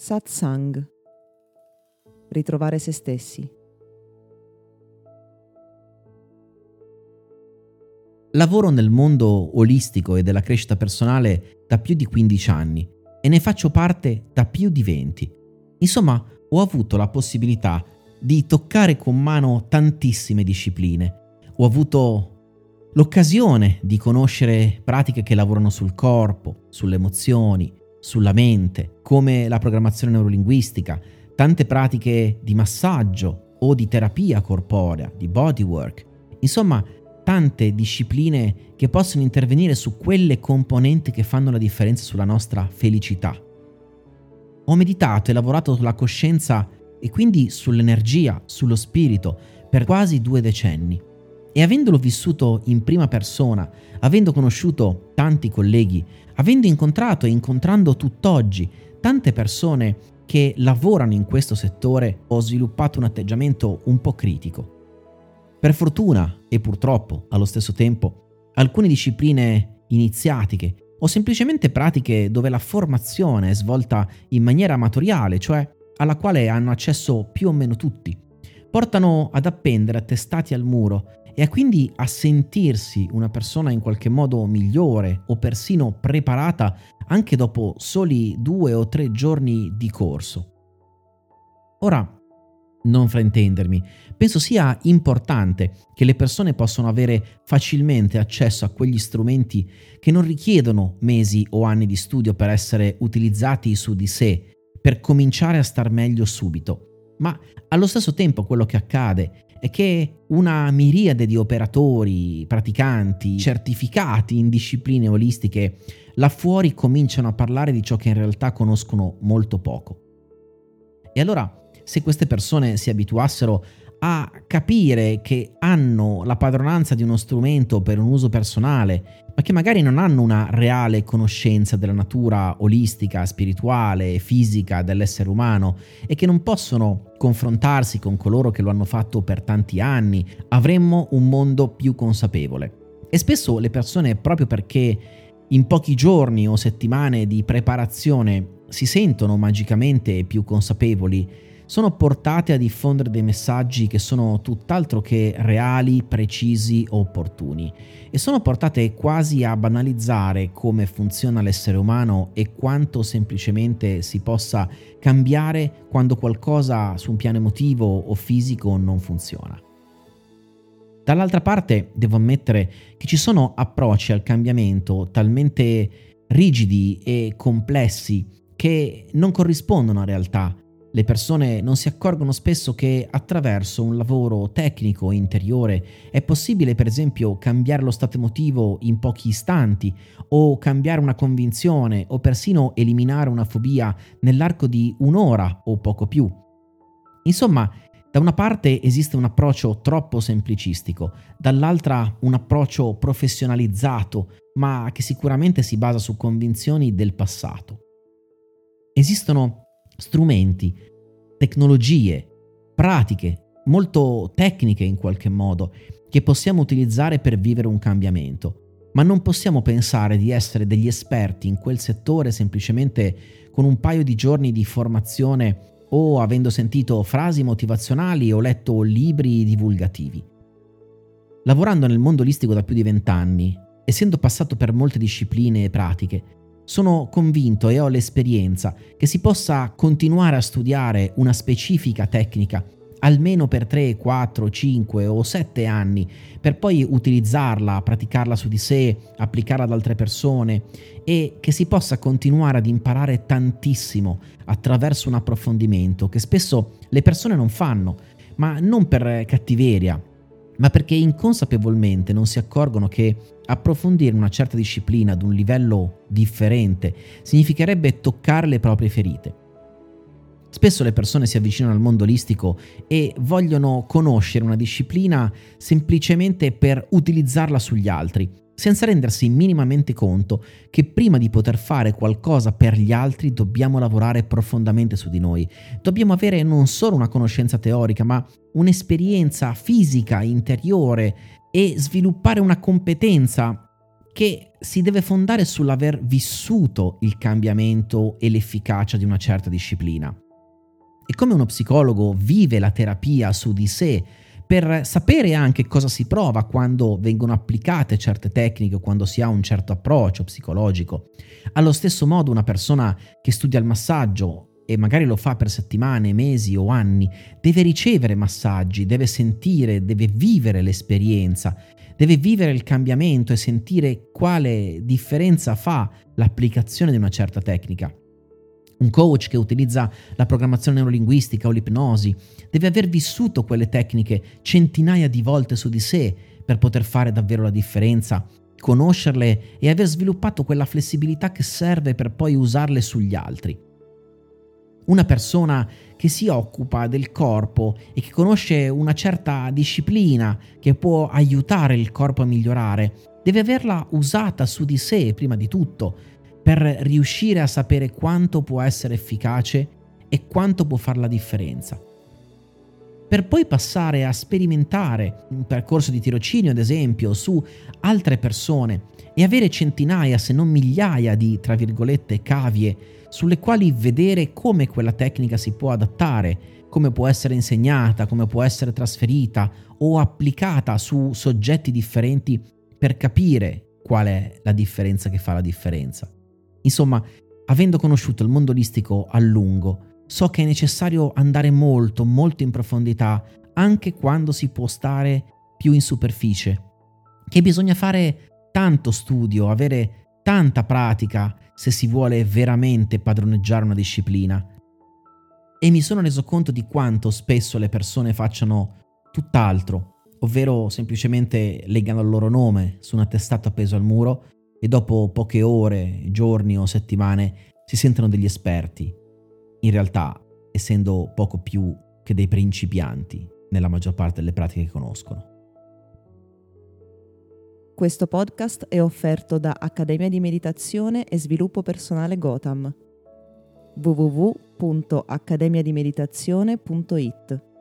Satsang. Ritrovare se stessi. Lavoro nel mondo olistico e della crescita personale da più di 15 anni e ne faccio parte da più di 20. Insomma, ho avuto la possibilità di toccare con mano tantissime discipline. Ho avuto l'occasione di conoscere pratiche che lavorano sul corpo, sulle emozioni, sulla mente, come la programmazione neurolinguistica, tante pratiche di massaggio o di terapia corporea, di bodywork. Insomma, tante discipline che possono intervenire su quelle componenti che fanno la differenza sulla nostra felicità. Ho meditato e lavorato sulla coscienza e quindi sull'energia, sullo spirito, per quasi 2 decenni. E avendolo vissuto in prima persona, avendo conosciuto tanti colleghi, avendo incontrato e incontrando tutt'oggi tante persone che lavorano in questo settore, ho sviluppato un atteggiamento un po' critico. Per fortuna e purtroppo allo stesso tempo, alcune discipline iniziatiche o semplicemente pratiche dove la formazione è svolta in maniera amatoriale, cioè alla quale hanno accesso più o meno tutti, portano ad appendere attestati al muro e quindi a sentirsi una persona in qualche modo migliore o persino preparata anche dopo soli 2 o 3 giorni di corso. Ora, non fraintendermi, penso sia importante che le persone possano avere facilmente accesso a quegli strumenti che non richiedono mesi o anni di studio per essere utilizzati su di sé, per cominciare a star meglio subito. Ma allo stesso tempo quello che accade è che una miriade di operatori, praticanti, certificati in discipline olistiche là fuori cominciano a parlare di ciò che in realtà conoscono molto poco. E allora, se queste persone si abituassero a capire che hanno la padronanza di uno strumento per un uso personale, ma che magari non hanno una reale conoscenza della natura olistica, spirituale e fisica dell'essere umano e che non possono confrontarsi con coloro che lo hanno fatto per tanti anni, avremmo un mondo più consapevole. E spesso le persone, proprio perché in pochi giorni o settimane di preparazione si sentono magicamente più consapevoli, sono portate a diffondere dei messaggi che sono tutt'altro che reali, precisi o opportuni e sono portate quasi a banalizzare come funziona l'essere umano e quanto semplicemente si possa cambiare quando qualcosa su un piano emotivo o fisico non funziona. Dall'altra parte devo ammettere che ci sono approcci al cambiamento talmente rigidi e complessi che non corrispondono a realtà. Le persone non si accorgono spesso che attraverso un lavoro tecnico interiore è possibile per esempio cambiare lo stato emotivo in pochi istanti o cambiare una convinzione o persino eliminare una fobia nell'arco di 1 ora o poco più. Insomma, da una parte esiste un approccio troppo semplicistico, dall'altra un approccio professionalizzato ma che sicuramente si basa su convinzioni del passato. Esistono strumenti, tecnologie, pratiche molto tecniche in qualche modo che possiamo utilizzare per vivere un cambiamento, ma non possiamo pensare di essere degli esperti in quel settore semplicemente con un paio di giorni di formazione o avendo sentito frasi motivazionali o letto libri divulgativi. Lavorando nel mondo olistico da più di 20 anni, essendo passato per molte discipline e pratiche, sono convinto e ho l'esperienza che si possa continuare a studiare una specifica tecnica almeno per 3, 4, 5 o 7 anni per poi utilizzarla, praticarla su di sé, applicarla ad altre persone e che si possa continuare ad imparare tantissimo attraverso un approfondimento che spesso le persone non fanno, ma non per cattiveria, ma perché inconsapevolmente non si accorgono che approfondire una certa disciplina ad un livello differente significherebbe toccare le proprie ferite. Spesso le persone si avvicinano al mondo olistico e vogliono conoscere una disciplina semplicemente per utilizzarla sugli altri, senza rendersi minimamente conto che prima di poter fare qualcosa per gli altri dobbiamo lavorare profondamente su di noi. Dobbiamo avere non solo una conoscenza teorica, ma un'esperienza fisica interiore e sviluppare una competenza che si deve fondare sull'aver vissuto il cambiamento e l'efficacia di una certa disciplina. E come uno psicologo vive la terapia su di sé per sapere anche cosa si prova quando vengono applicate certe tecniche o quando si ha un certo approccio psicologico. Allo stesso modo una persona che studia il massaggio e magari lo fa per settimane, mesi o anni, deve ricevere massaggi, deve sentire, deve vivere l'esperienza, deve vivere il cambiamento e sentire quale differenza fa l'applicazione di una certa tecnica. Un coach che utilizza la programmazione neurolinguistica o l'ipnosi deve aver vissuto quelle tecniche centinaia di volte su di sé per poter fare davvero la differenza, conoscerle e aver sviluppato quella flessibilità che serve per poi usarle sugli altri. Una persona che si occupa del corpo e che conosce una certa disciplina che può aiutare il corpo a migliorare, deve averla usata su di sé prima di tutto, per riuscire a sapere quanto può essere efficace e quanto può fare la differenza. Per poi passare a sperimentare un percorso di tirocinio, ad esempio, su altre persone e avere centinaia, se non migliaia di, tra virgolette, cavie sulle quali vedere come quella tecnica si può adattare, come può essere insegnata, come può essere trasferita o applicata su soggetti differenti per capire qual è la differenza che fa la differenza. Insomma, avendo conosciuto il mondo olistico a lungo, so che è necessario andare molto, molto in profondità, anche quando si può stare più in superficie, che bisogna fare tanto studio, avere tanta pratica se si vuole veramente padroneggiare una disciplina. E mi sono reso conto di quanto spesso le persone facciano tutt'altro, ovvero semplicemente leggano il loro nome su una testata appesa al muro e dopo poche ore, giorni o settimane si sentono degli esperti, in realtà essendo poco più che dei principianti nella maggior parte delle pratiche che conoscono. Questo podcast è offerto da Accademia di Meditazione e Sviluppo Personale Gotham. www.accademiadimeditazione.it